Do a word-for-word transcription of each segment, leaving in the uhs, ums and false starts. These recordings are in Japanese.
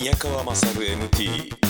宮川勝 エヌティー。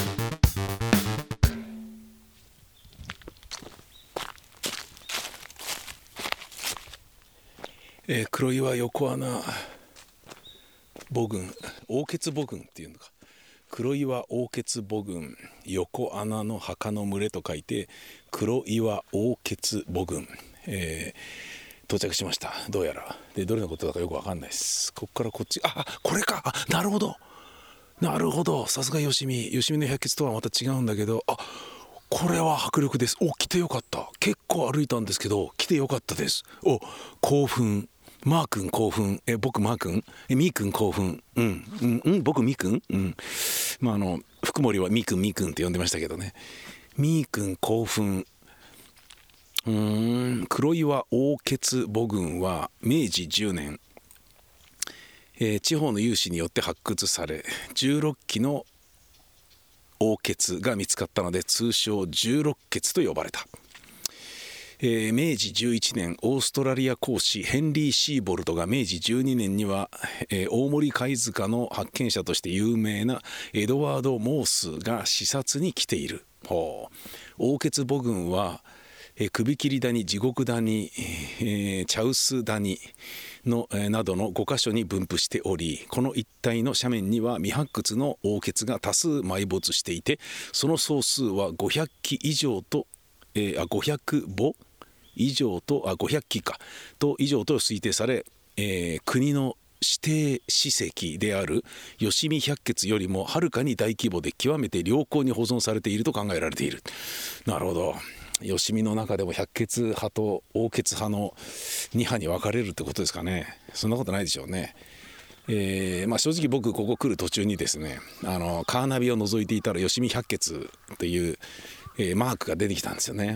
えー、黒岩横穴母群、大穴母群っていうのか、黒岩大穴母群横穴の墓の群れと書いて黒岩大穴母群、えー、到着しました。どうやらでどれのことだかよくわかんないです。ここからこっち、あ、これか、あ、なるほどなるほど、さすが吉見吉見の百穴とはまた違うんだけど、あ、これは迫力です。お、来てよかった。結構歩いたんですけど来てよかったです。お、興奮、マー君興奮、え僕マー君、えミー君興奮、うんうんうん、僕ミー君、うん、まああの福森はミー君ミー君って呼んでましたけどね。ミー君興奮。うーん、黒岩大穴母群は明治じゅうねん、えー、地方の有志によって発掘されじゅうろっきの大穴が見つかったので通称十六穴と呼ばれた。えー、明治じゅういちねん、オーストラリア公使ヘンリー・シーボルトが明治じゅうにねんには、えー、大森貝塚の発見者として有名なエドワード・モースが視察に来ている。ほう、大穴母群は、えー、首切り谷、地獄谷、えー、茶臼谷の、えー、などのごかしょに分布しており、この一帯の斜面には未発掘の大穴が多数埋没していて、その総数はごひゃっき以上と、えー、あごひゃくぼ以上とあごひゃっきかと以上と推定され、えー、国の指定史跡である吉見百穴よりもはるかに大規模で極めて良好に保存されていると考えられている。なるほど、吉見の中でも百穴派と大穴派のに派に分かれるってことですかね。そんなことないでしょうね。えーまあ、正直僕ここ来る途中にですね、あのカーナビを覗いていたら吉見百穴という、えー、マークが出てきたんですよね。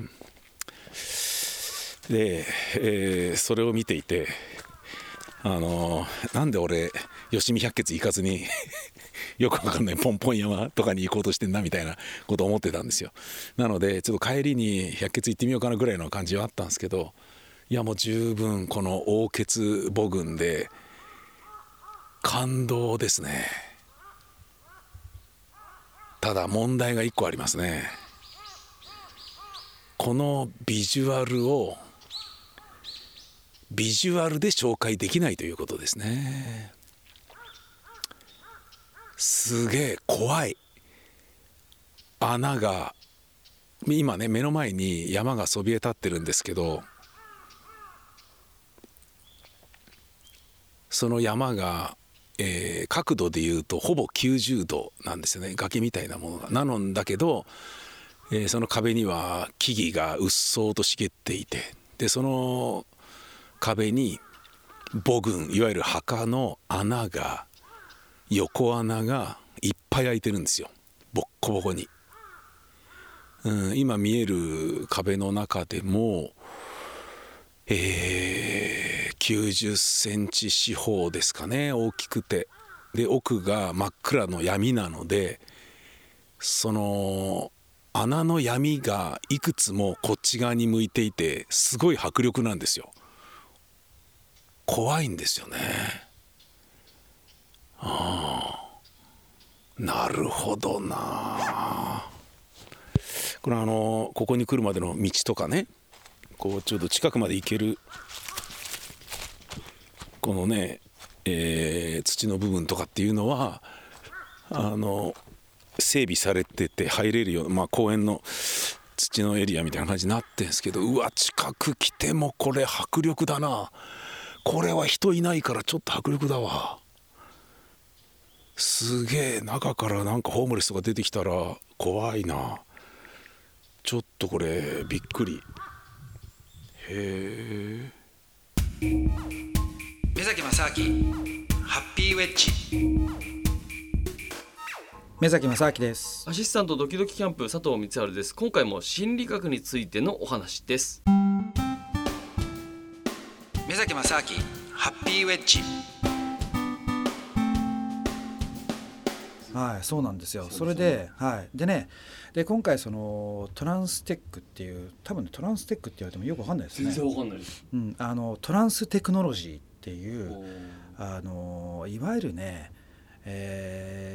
で、えー、それを見ていて、あのー、なんで俺吉見百穴行かずによくわかんないポンポン山とかに行こうとしてんなみたいなことを思ってたんですよ。なのでちょっと帰りに百穴行ってみようかなぐらいの感じはあったんですけど、いやもう十分この大穴母群で感動ですね。ただ問題がいっこありますね。このビジュアルをビジュアルで紹介できないということですね。すげえ怖い。穴が今ね目の前に山がそびえ立ってるんですけど、その山が、えー、角度でいうとほぼきゅうじゅうどなんですよね。崖みたいなものがなのだけど、えー、その壁には木々がうっそうと茂っていて、でその壁に母群、いわゆる墓の穴が、横穴がいっぱい開いてるんですよ、ボッコボコに。うん、今見える壁の中でも、えー、きゅうじゅっセンチ四方ですかね、大きくて。で奥が真っ暗の闇なので、その穴の闇がいくつもこっち側に向いていて、すごい迫力なんですよ。怖いんですよね。ああ、なるほどな。これあのここに来るまでの道とかね、こうちょっと近くまで行けるこのね、えー、土の部分とかっていうのはあの整備されてて入れるような、まあ、公園の土のエリアみたいな感じになってんですけど、うわ近く来てもこれ迫力だな。これは人いないからちょっと迫力だわ。すげえ、中からなんかホームレスとか出てきたら怖いな。ちょっとこれびっくり。へえ。 目崎正明ハッピーウェッジ。 目崎正明です。 アシスタントドキドキキャンプ佐藤光晴です。今回も心理学についてのお話です。 目崎正明ハッピーウェッジ。 はい、そうなんですよ。それで、はい、でね、で今回そのトランステックっていう、多分、ね、トランステックって言われてもよくわかんないですね。 全然わかんないです。 うん、あのトランステクノロジーっていう、あのいわゆるね、えー、日本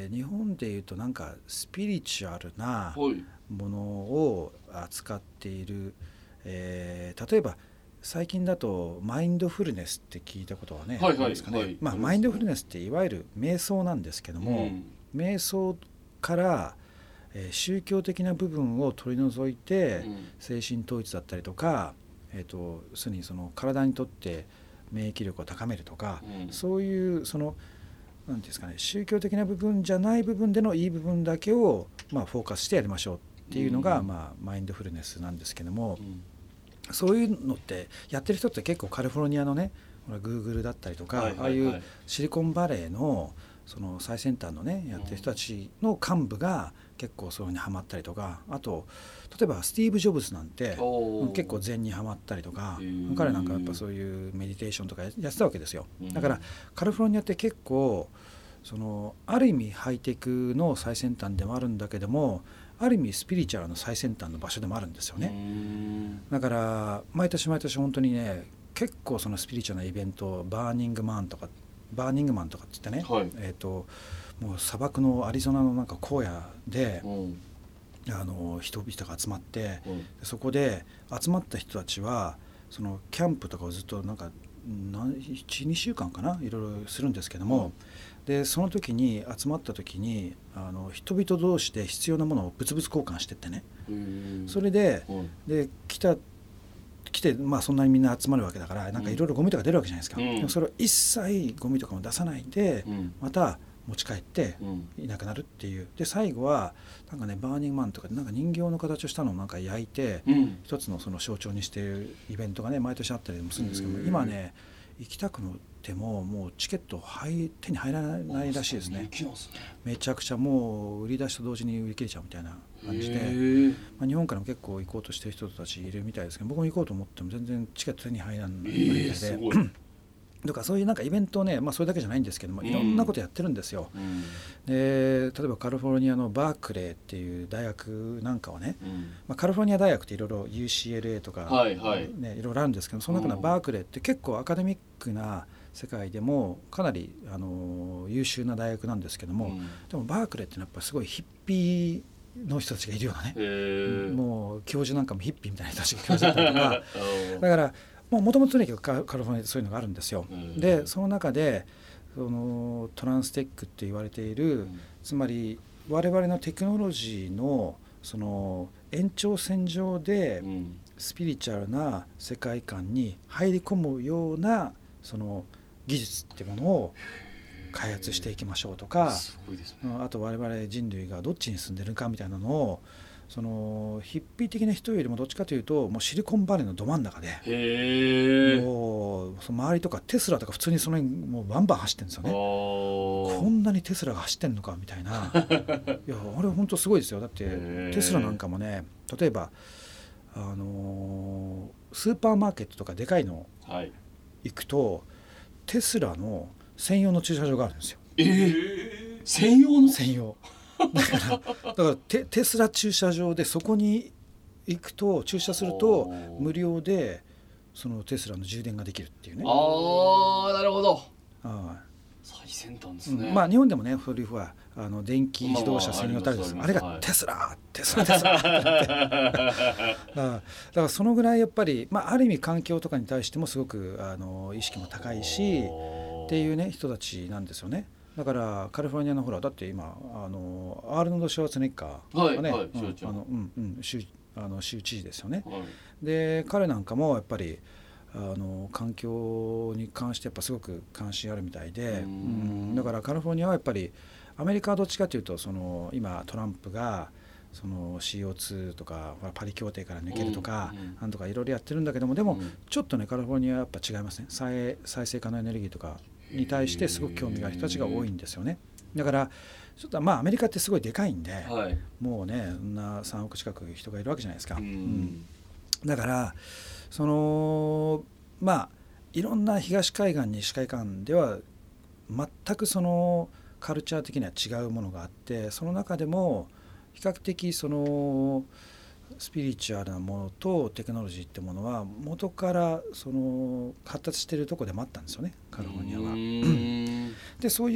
本でいうとなんかスピリチュアルなはいものを扱っている、えー例えば最近だとマインドフルネスって聞いたことはね、 はいはいあるんですかね、 はいまあ、マインドフルネスっていわゆる瞑想なんですけども、 うん瞑想から、えー宗教的な部分を取り除いて、 うん精神統一だったりとか、えーと要するにその体にとって免疫力を高めるとか、 うんそういうそのなんていうんですかね、宗教的な部分じゃない部分でのいい部分だけを、まあ、フォーカスしてやりましょうっていうのが、 うんまあ、マインドフルネスなんですけども、 うんそういうのってやってる人って結構カリフォルニアのね、ほら Google だったりとか、 はいはいはいああいうシリコンバレーのその最先端のねやってる人たちの幹部が結構そういうのにハマったりとか、あと例えばスティーブ・ジョブズなんておー結構禅にハマったりとかへー、 彼なんかやっぱそういうメディテーションとかやってたわけですよ。 うんだからカリフォルニアって結構そのある意味ハイテクの最先端でもあるんだけども、ある意味スピリチュアルの最先端の場所でもあるんですよね。 うんだから毎年毎年本当にね、結構そのスピリチュアルなイベント、バーニングマンとかバーニングマンとかって言ってね、 はいえー、ともう砂漠のアリゾナのなんか荒野でうんあの人々が集まって、 うんそこで集まった人たちはそのキャンプとかをずっとなんかいちにしゅうかんかないろいろするんですけども、でその時に集まった時にあの人々同士で必要なものを物々交換してってね、 うんそれでうんで来た来て、まあ、そんなにみんな集まるわけだからなんかいろいろゴミとか出るわけじゃないですか、 うんでもそれを一切ゴミとかも出さないで、 うんまた持ち帰ってうんいなくなるっていう。で最後はなんかねバーニングマンとかでなんか人形の形をしたのをなんか焼いて、 うん一つのその象徴にしているイベントがね毎年あったりもするんですけども、 へー今ね行きたくのてももうチケット入手に入らないらしいですね。 人気なんですねめちゃくちゃもう売り出しと同時に売り切れちゃうみたいな感じで、 へーまあ、日本からも結構行こうとしてる人たちいるみたいですけど、僕も行こうと思っても全然チケット手に入らないみたいえで、 ーすごいだからそういうなんかイベントをね、まあ、それだけじゃないんですけどもいろんなことやってるんですよ。 うんで例えばカリフォルニアのバークレーっていう大学なんかはね、 うんまあ、カリフォルニア大学っていろいろ ユーシーエルエー とか、 はいはいね、いろいろあるんですけど、その中のバークレーって結構アカデミックな世界でもかなりあの優秀な大学なんですけども、 うんでもバークレーってのはやっぱすごいヒッピーの人たちがいるようなね、 へーもう教授なんかもヒッピーみたいな人たちが教授だったりとかあーだからもともととにかくカカリフォルニアでそういうのがあるんですよ。 うんでその中でそのトランステックって言われている、 うんつまり我々のテクノロジーのその延長線上でうんスピリチュアルな世界観に入り込むようなその技術っていうものを開発していきましょうとか、 すごいですねあと我々人類がどっちに住んでるかみたいなのをそのヒッピー的な人よりもどっちかというともうシリコンバレーのど真ん中で、 へえもうその周りとかテスラとか普通にその辺もうバンバン走ってるんですよね。ここんなにテスラが走ってんのかみたいないやあれ本当すごいですよ。だってへーテスラなんかもね、例えばあのースーパーマーケットとかでかいのはい行くとテスラの専用の駐車場があるんですよ。 えー、専用の専用だからだからテテスラ駐車場でそこに行くと駐車するとおー無料でそのテスラの充電ができるっていうね。 ああなるほどは最先端ですいね、 まあ日本でもねそういうふうはあの電気自動車専用タイプです、 まあまあありますあれがテスラ、テスラテスラってだからそのぐらいやっぱり、まあ、ある意味環境とかに対してもすごくあの意識も高いしっていうね人たちなんですよね。だからカリフォルニアのほらだって今あのアールノルド・シュワーツェネッカーがね、 はいはいうん州長あのうんうん州あの州知事ですよね。 はいで彼なんかもやっぱりあの環境に関してやっぱすごく関心あるみたいで、 ううんんだからカリフォルニアはやっぱりアメリカはどっちかというとその今トランプがその シーオーツー とかほらパリ協定から抜けるとか、 うんうんなんとかいろいろやってるんだけども、でもうんちょっとねカリフォルニアはやっぱ違いますね。再再生可能エネルギーとかに対してすごく興味がある人たちが多いんですよね。だからちょっとまあアメリカってすごいでかいんで、 はいもうねそんなさんおく近く人がいるわけじゃないですか。 ううんんだからそのまあいろんな東海岸西海岸では全くそのカルチャー的には違うものがあって、その中でも比較的そのスピリチュアルなものとテクノロジーってものは元からその発達しているところでもあったんですよね、カリフォルニアは。 うんでそういう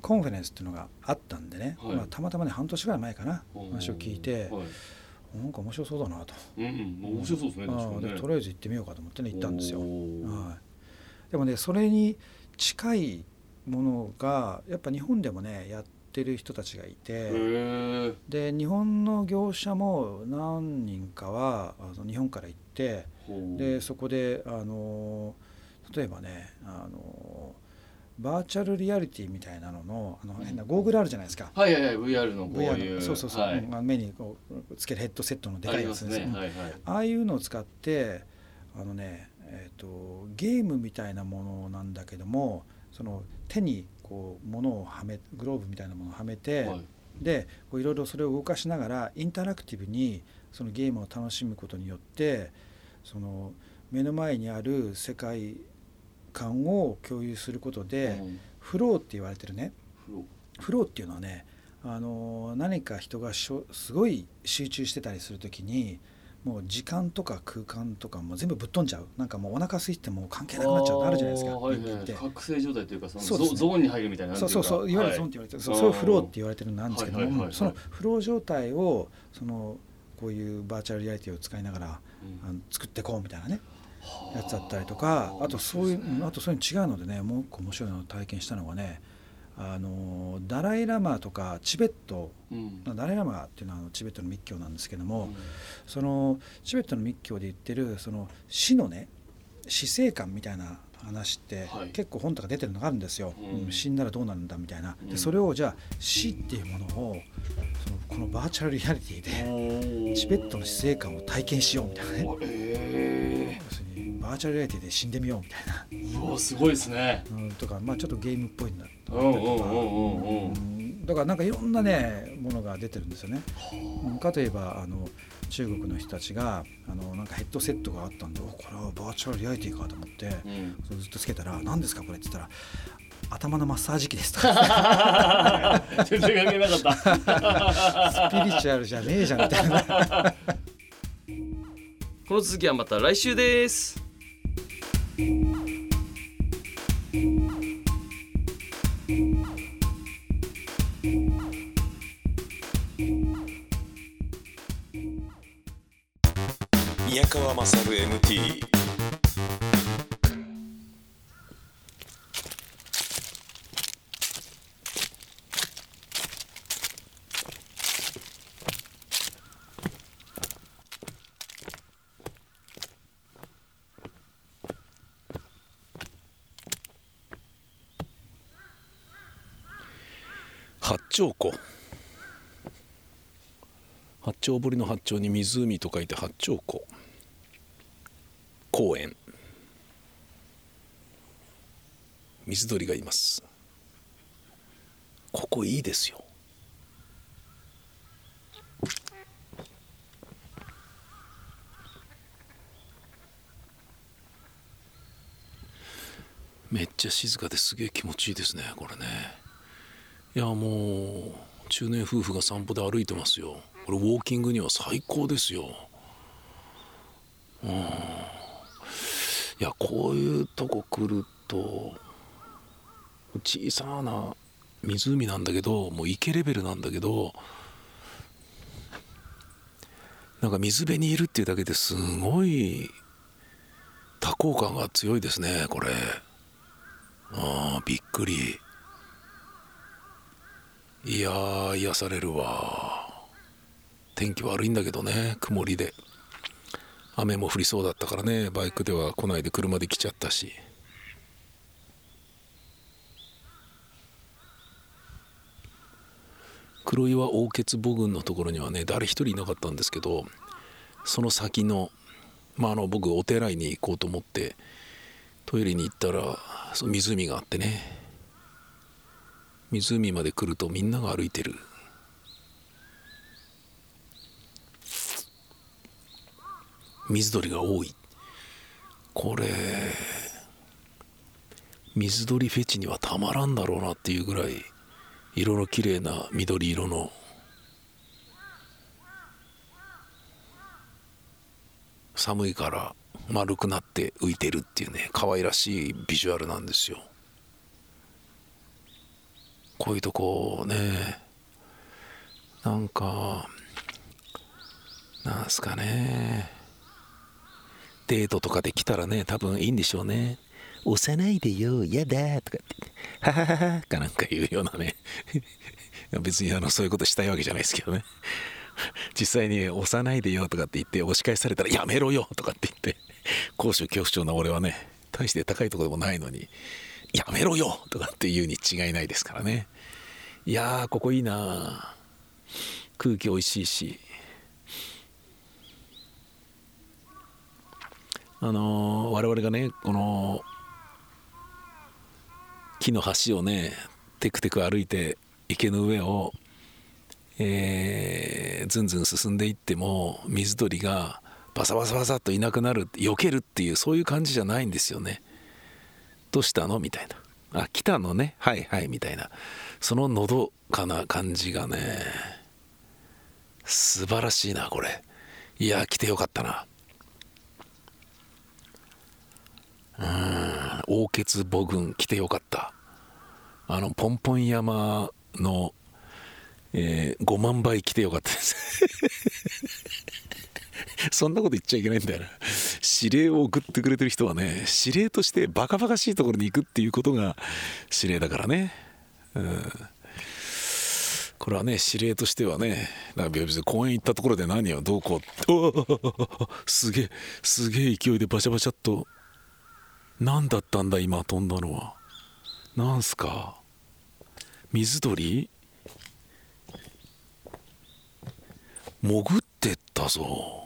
コンフェレンスっていうのがあったんでね、 はいまあ、たまたまね半年ぐらい前かな話を聞いて、 はい、 なんか面白そうだなと、 うんうん、面白そうですね。確かにね。 でとりあえず行ってみようかと思ってね行ったんですよ、 おーはい、でもねそれに近いものがやっぱ日本でもねやってる人たちがいて、 へーで日本の業者も何人かはあの日本から行ってほうでそこであの例えばねあのバーチャルリアリティみたいなののあの変なゴーグルあるじゃないですか、 はいはいはい ブイアール のこういうブイアール のそうそうそう、 はいうんあの目にこうつけるヘッドセットのでかいやつですね、 ありますね。はいはい。 ああいうのを使ってあのね、えー、とゲームみたいなものなんだけどもその手にこう物をはめグローブみたいなものをはめて、 はいでこういろいろそれを動かしながらインタラクティブにそのゲームを楽しむことによってその目の前にある世界観を共有することで、 うんフローって言われてるねフロフローっていうのはねあの何か人がしょすごい集中してたりするときにもう時間とか空間とかも全部ぶっ飛んじゃうなんかもうお腹空いてもう関係なくなっちゃうのあるじゃないですか、 はい人間って。 覚醒状態というかそのそうですねゾゾーンに入るみたいな。 そうそうそういわゆるゾーンって言われてる、そうそういうフローって言われてるのなんですけども、 はいはいはいはいそのフロー状態をそのこういうバーチャルリアリティを使いながら、 うんあの作っていこうみたいなねはあやつだったりとか、あとそういう、 面白ですねあとそういうの違うのでねもう一個面白いのを体験したのがねあのダライラマとかチベットうんダライラマっていうのはあのチベットの密教なんですけども、 うんそのチベットの密教で言ってるその死のね死生観みたいな話ってはい結構本とか出てるのがあるんですよ、 うんうん死んだらどうなるんだみたいな、 うんでそれをじゃあ死っていうものをそのこのバーチャルリアリティでチベットの死生観を体験しようみたいなね、 え要するにバーチャルリアリティで死んでみようみたいな、 ー、うわすごいですね。 うん、とか、まあ、ちょっとゲームっぽいんだったうんうんりとか、 うんうんうんうんだからなんかいろんなねものが出てるんですよね。うんかといえばあの中国の人たちがあのなんかヘッドセットがあったんでおこれはバーチャルリアリティかと思って、 うんそれずっとつけたら何ですかこれって言ったら頭のマッサージ機ですとか全然関係なかった。 スピリチュアルじゃねえじゃんみたいなこの続きはまた来週です。 宮川勝 エムティー。八丁湖、八丁堀の八丁に湖と書いて八丁湖公園、水鳥がいます。ここいいですよ。めっちゃ静かですげえ気持ちいいですねこれね。いやもう中年夫婦が散歩で歩いてますよ。これウォーキングには最高ですよ。うん、いやこういうとこ来ると小さな湖なんだけどもう池レベルなんだけどなんか水辺にいるっていうだけですごい多幸感が強いですねこれ。あーびっくり。いやー癒されるわ。天気悪いんだけどね曇りで雨も降りそうだったからねバイクでは来ないで車で来ちゃったし。黒岩応決母群のところにはね誰一人いなかったんですけどその先のまああの僕お寺に行こうと思ってトイレに行ったらその湖があってね湖まで来るとみんなが歩いてる。水鳥が多い。これ水鳥フェチにはたまらんだろうなっていうぐらい色の綺麗な緑色の寒いから丸くなって浮いてるっていうね可愛らしいビジュアルなんですよ。 こういうとこね、なんかなんすかね、デートとかで来たらね、多分いいんでしょうね。押さないでよ、やだとかってははははかなんか言うようなね別にあのそういうことしたいわけじゃないですけどね実際に押さないでよとかって言って押し返されたらやめろよとかって言って、高所恐怖症な俺はね、大して高いところでもないのにやめろよとかって言うに違いないですからね。いやーここいいな、空気おいしいし、あのー、我々がねこの木の橋をねテクテク歩いて池の上を、えー、ずんずん進んでいっても水鳥がバサバサバサっといなくなる、避けるっていう、そういう感じじゃないんですよね。どうしたのみたいな、あ来たのね、はいはいみたいな、そののどかな感じがね素晴らしいなこれ。いや来てよかったな。うーん、王傑母群来てよかった。あのポンポン山の、えー、ごまんばい来てよかったですそんなこと言っちゃいけないんだよな。指令を送ってくれてる人はね、指令としてバカバカしいところに行くっていうことが指令だからね、うん、これはね指令としてはね、だから別に公園行ったところで何をどうこう、おすげえすげえ勢いでバシャバシャっと、何だったんだ今飛んだのは、なんすか水鳥潜ってったぞ。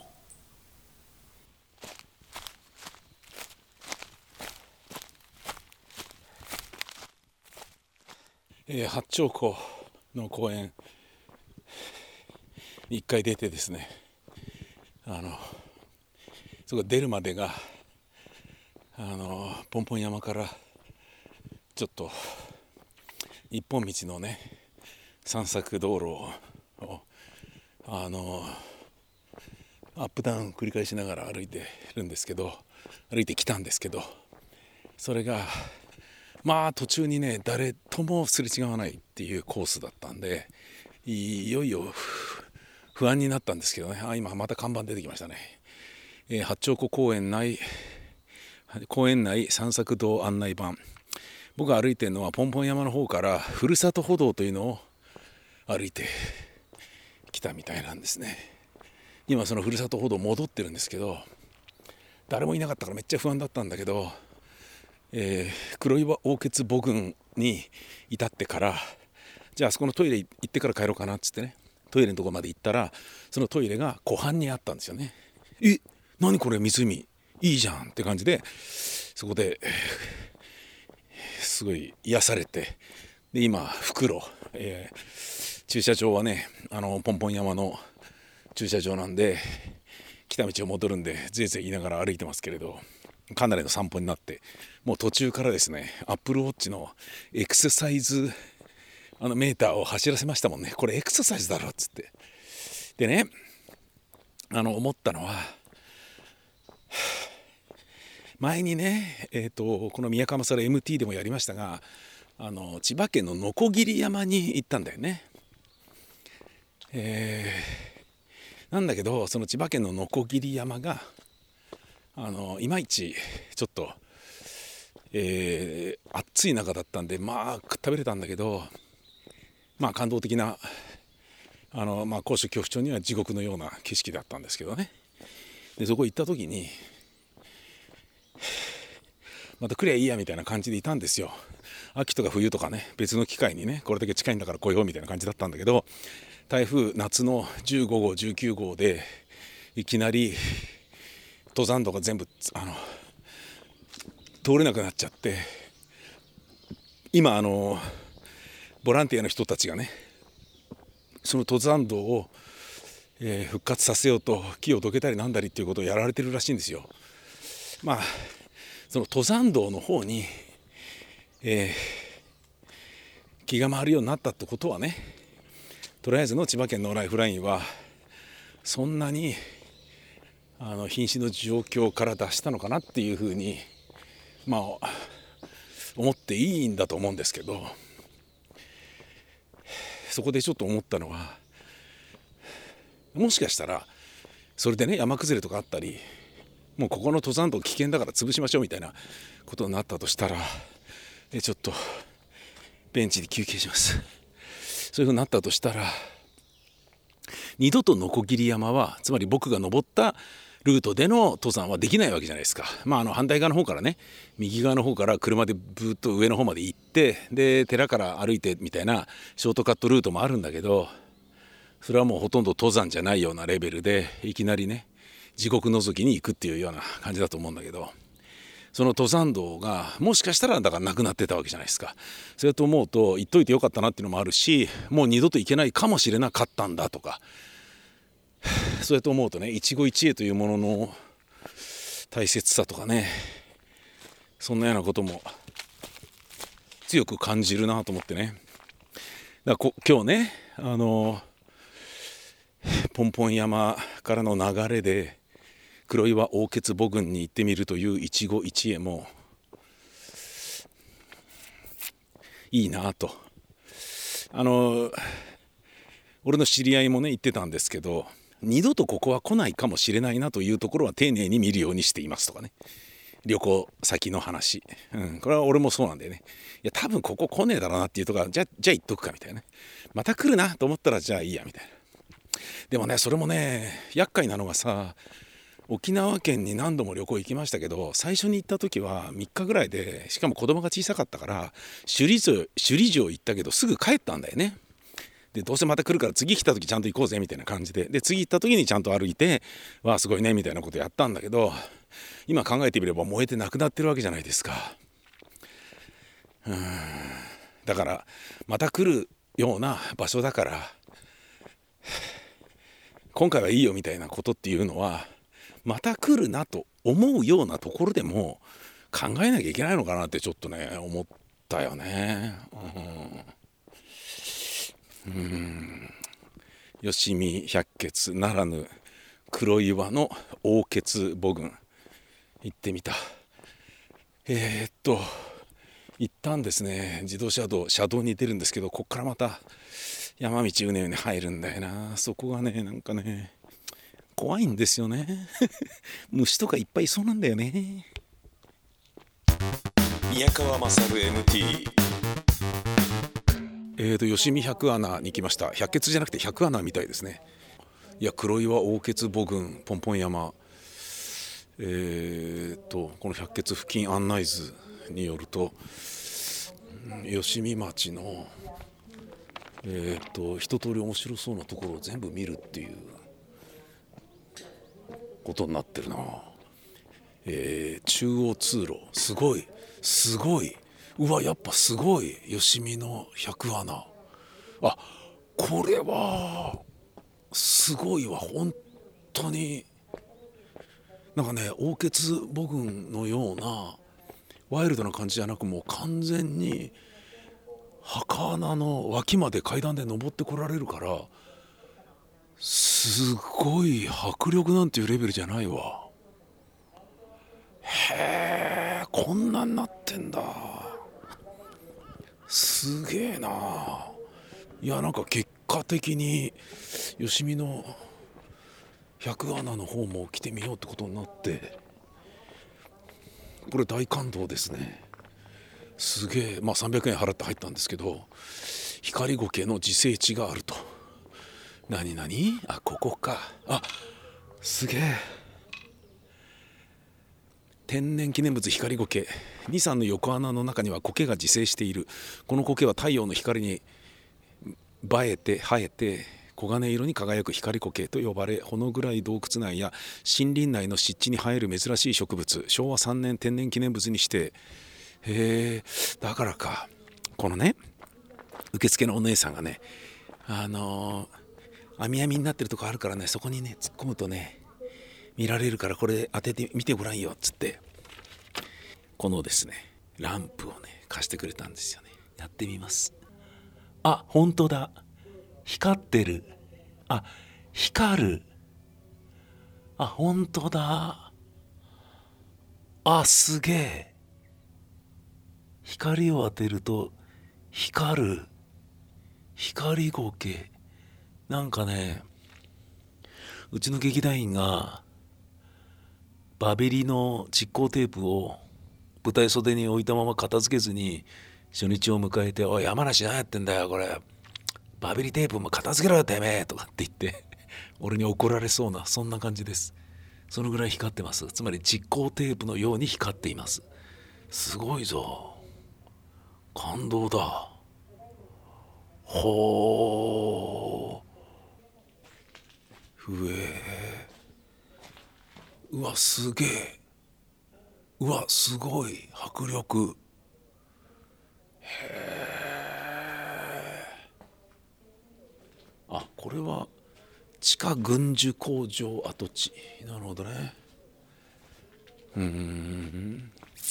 えー、八丁湖の公園に一回出てですね、あのそこ出るまでがあのポンポン山からちょっと一本道のね散策道路をあのアップダウン繰り返しながら歩いてるんですけど、歩いてきたんですけど、それがまあ途中にね誰ともすれ違わないっていうコースだったんで、いよいよ不安になったんですけどね。あ今また看板出てきましたね、えー、八丁湖公園内公園内散策道案内板。僕が歩いてるのはポンポン山の方からふるさと歩道というのを歩いてきたみたいなんですね。今そのふるさと歩道戻ってるんですけど、誰もいなかったからめっちゃ不安だったんだけど、えー、黒岩王傑母群に至ってから、じゃああそこのトイレ行ってから帰ろうかなっつってね、トイレのところまで行ったらそのトイレが湖畔にあったんですよね。え何これ湖いいじゃんって感じで、そこで、えーすごい癒されて、で今袋、えー、駐車場はねあのポンポン山の駐車場なんで来た道を戻るんでぜいぜい言いながら歩いてますけれど、かなりの散歩になって、もう途中からですねアップルウォッチのエクササイズあのメーターを走らせましたもんね。これエクササイズだろっつって。でねあの思ったのは、前にね、えーと、この宮川勝 エムティー でもやりましたが、あの千葉県の鋸山に行ったんだよね。えー、なんだけどその千葉県の鋸山があのいまいちちょっと、えー、暑い中だったんでまあ食べれたんだけど、まあ感動的なあの、まあ、高所恐怖症には地獄のような景色だったんですけどね。でそこ行った時にまた来りゃいいやみたいな感じでいたんですよ。秋とか冬とかね別の機会にねこれだけ近いんだから来ようみたいな感じだったんだけど、台風夏のじゅうごごうじゅうきゅうごうでいきなり登山道が全部あの通れなくなっちゃって、今あのボランティアの人たちがねその登山道を、えー、復活させようと木をどけたりなんだりっていうことをやられてるらしいんですよ。まあその登山道の方に、えー、気が回るようになったってことはね、とりあえずの千葉県のライフラインはそんなにあの瀕死の状況から脱したのかなっていうふうにまあ思っていいんだと思うんですけど、 そこでちょっと思ったのは、もしかしたらそれでね山崩れとかあったり、もうここの登山道危険だから潰しましょうみたいなことになったとしたら、でちょっとベンチで休憩します。そういうふうになったとしたら、二度とノコギリ山は、つまり僕が登ったルートでの登山はできないわけじゃないですか。まあ、あの反対側の方からね、右側の方から車でブーッと上の方まで行って、で寺から歩いてみたいなショートカットルートもあるんだけど、それはもうほとんど登山じゃないようなレベルで、いきなりね地獄覗きに行くっていうような感じだと思うんだけど、その登山道がもしかしたらだからなくなってたわけじゃないですか。それと思うと、行っといてよかったなっていうのもあるし、もう二度と行けないかもしれなかったんだとか、それと思うとね、一期一会というものの大切さとかね、そんなようなことも強く感じるなと思ってね。だからこ今日ね、あのポンポン山からの流れで黒岩大穴母群に行ってみるという一期一会もいいなと。あの俺の知り合いもね言ってたんですけど、二度とここは来ないかもしれないなというところは丁寧に見るようにしていますとかね、旅行先の話、うん、これは俺もそうなんだよね。いや多分ここ来ねえだろうなっていうところは、じゃじゃあ行っとくかみたいなね、また来るなと思ったらじゃあいいやみたいな。でもねそれもね厄介なのがさ、沖縄県に何度も旅行行きましたけど、最初に行った時はみっかぐらいで、しかも子供が小さかったから首里城首里城行ったけどすぐ帰ったんだよね。でどうせまた来るから次来た時ちゃんと行こうぜみたいな感じで、で次行った時にちゃんと歩いて、わあすごいねみたいなことやったんだけど、今考えてみれば燃えてなくなってるわけじゃないですか。うーんだからまた来るような場所だから今回はいいよみたいなことっていうのは、また来るなと思うようなところでも考えなきゃいけないのかなってちょっとね思ったよね。うんうん吉見百穴ならぬ黒岩の大穴母群行ってみた。えー、っと一旦ですね自動車道車道に出るんですけど、こっからまた山道うねうね入るんだよな。そこがねなんかね怖いんですよね虫とかいっぱいいそうなんだよね。宮川勝 エムティー えーと吉見百穴に来ました。百穴じゃなくて百穴みたいですね。いや黒岩大穴母群ポンポン山、えーとこの百穴付近案内図によると、吉見町のえーと一通り面白そうなところを全部見るっていうことになってるな。えー、中央通路すごいすごい、うわやっぱすごい吉見の百穴、あこれはすごいわ本当に。なんかね大穴母群のようなワイルドな感じじゃなく、もう完全に墓穴の脇まで階段で登ってこられるから、すごい迫力なんていうレベルじゃないわ。へえこんなになってんだ、すげえな。いやなんか結果的に吉見の百穴の方も来てみようってことになって、これ大感動ですね。すげえ、まあさんびゃくえん払って入ったんですけど、光苔の自生地があると。何何、あここか、あすげえ、天然記念物光苔にさんの横穴の中には苔が自生している。この苔は太陽の光に映えて生えて黄金色に輝く光苔と呼ばれ、ほの暗い洞窟内や森林内の湿地に生える珍しい植物、しょうわさんねん天然記念物にして、へえだからか。このね受付のお姉さんがね、あのー、網網になってるとこあるからね、そこにね突っ込むとね見られるから、これ当ててみてごらんよっつって、このですねランプをね貸してくれたんですよね。やってみます。あ本当だ、光ってる、あ光る、あ本当だ、あすげえ、光を当てると光る、 光ゴケ、なんかね、うちの劇団員がバベリの蓄光テープを舞台袖に置いたまま片付けずに初日を迎えて、おい山梨何やってんだよこれ、バベリテープも片付けろよてめえとかって言って俺に怒られそうな、そんな感じです。そのぐらい光ってます。つまり蓄光テープのように光っています。すごいぞ、感動だ。ほー、うえー、うわすげえ、うわすごい迫力。へえ。あ、これは地下軍需工場跡地。なるほどね。うーん。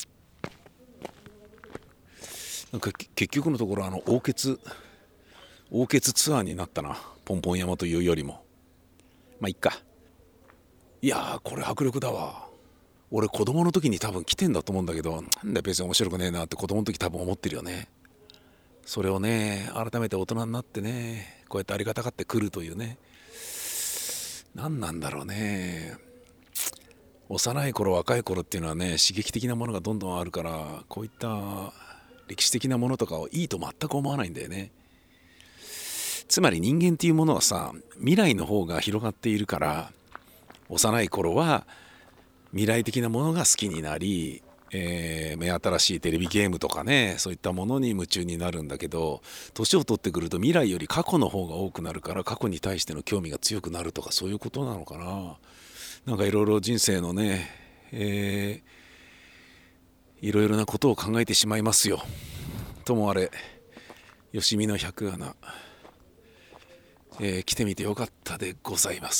なんか結局のところあの王傑王傑ツアーになったな、ポンポン山というよりも。まあいっか。いやーこれ迫力だわ。俺子供の時に多分来てんだと思うんだけど、なんだ別に面白くねえなって子供の時多分思ってるよね。それをね改めて大人になってねこうやってありがたがってくるというね、何なんだろうね。幼い頃若い頃っていうのはね刺激的なものがどんどんあるから、こういった歴史的なものとかをいいと全く思わないんだよね。つまり人間っていうものはさ、未来の方が広がっているから、幼い頃は未来的なものが好きになり、えー、目新しいテレビゲームとかね、そういったものに夢中になるんだけど、年を取ってくると未来より過去の方が多くなるから、過去に対しての興味が強くなるとか、そういうことなのかな。なんかいろいろ人生のね、えー、いろいろなことを考えてしまいますよ。ともあれ、よしみの百穴、えー、来てみてよかったでございます。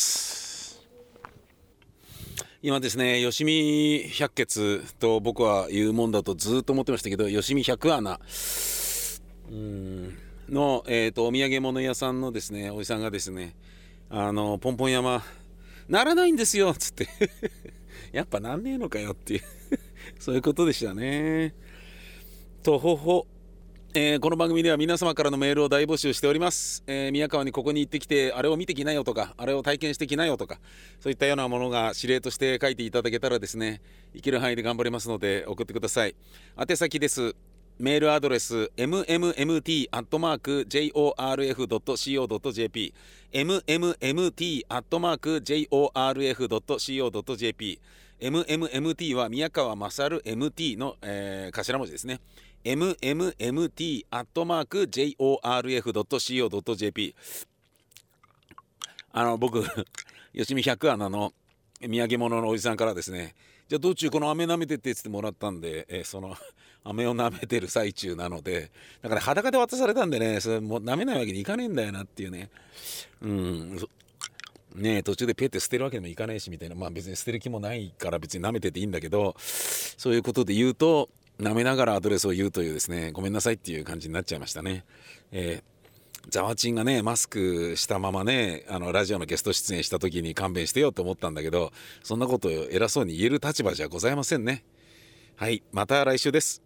今ですね、よしみ百穴と僕は言うもんだとずっと思ってましたけど、よしみ百穴うんの、えーと、お土産物屋さんのですねおじさんがですね、あのポンポン山ならないんですよっつってやっぱなんねえのかよっていうそういうことでしたね。とほほ、えー、この番組では皆様からのメールを大募集しております。えー、宮川にここに行ってきてあれを見てきなよとか、あれを体験してきなよとか、そういったようなものが指令として書いていただけたらですね、いける範囲で頑張りますので送ってください。宛先です。メールアドレス エムエムエムティー アットマーク ジェイオーアールエフ ドット シーオー ドット ジェーピー エムエムエムティー アットマーク ジェイオーアールエフ ドット シーオー ドット ジェーピー エムエムエムティー は宮川勝 エムティー の、えー、頭文字ですね。 エムエムエムティー アットマーク ジェイオーアールエフ ドット シーオー ドット ジェーピー。 あの僕よしみ百穴の土産物のおじさんからですね、じゃあ道中この飴舐めてって言ってもらったんで、えー、その飴を舐めてる最中なので、だから裸で渡されたんでね、それもう舐めないわけにいかねえんだよなっていうね。うんねえ、途中でペッて捨てるわけにもいかないしみたいな、まあ別に捨てる気もないから別に舐めてていいんだけど、そういうことで言うと舐めながらアドレスを言うというですね、ごめんなさいっていう感じになっちゃいましたね。えーザワチンがねマスクしたままね、あのラジオのゲスト出演した時に勘弁してよと思ったんだけど、そんなことを偉そうに言える立場じゃございませんね。はい、また来週です。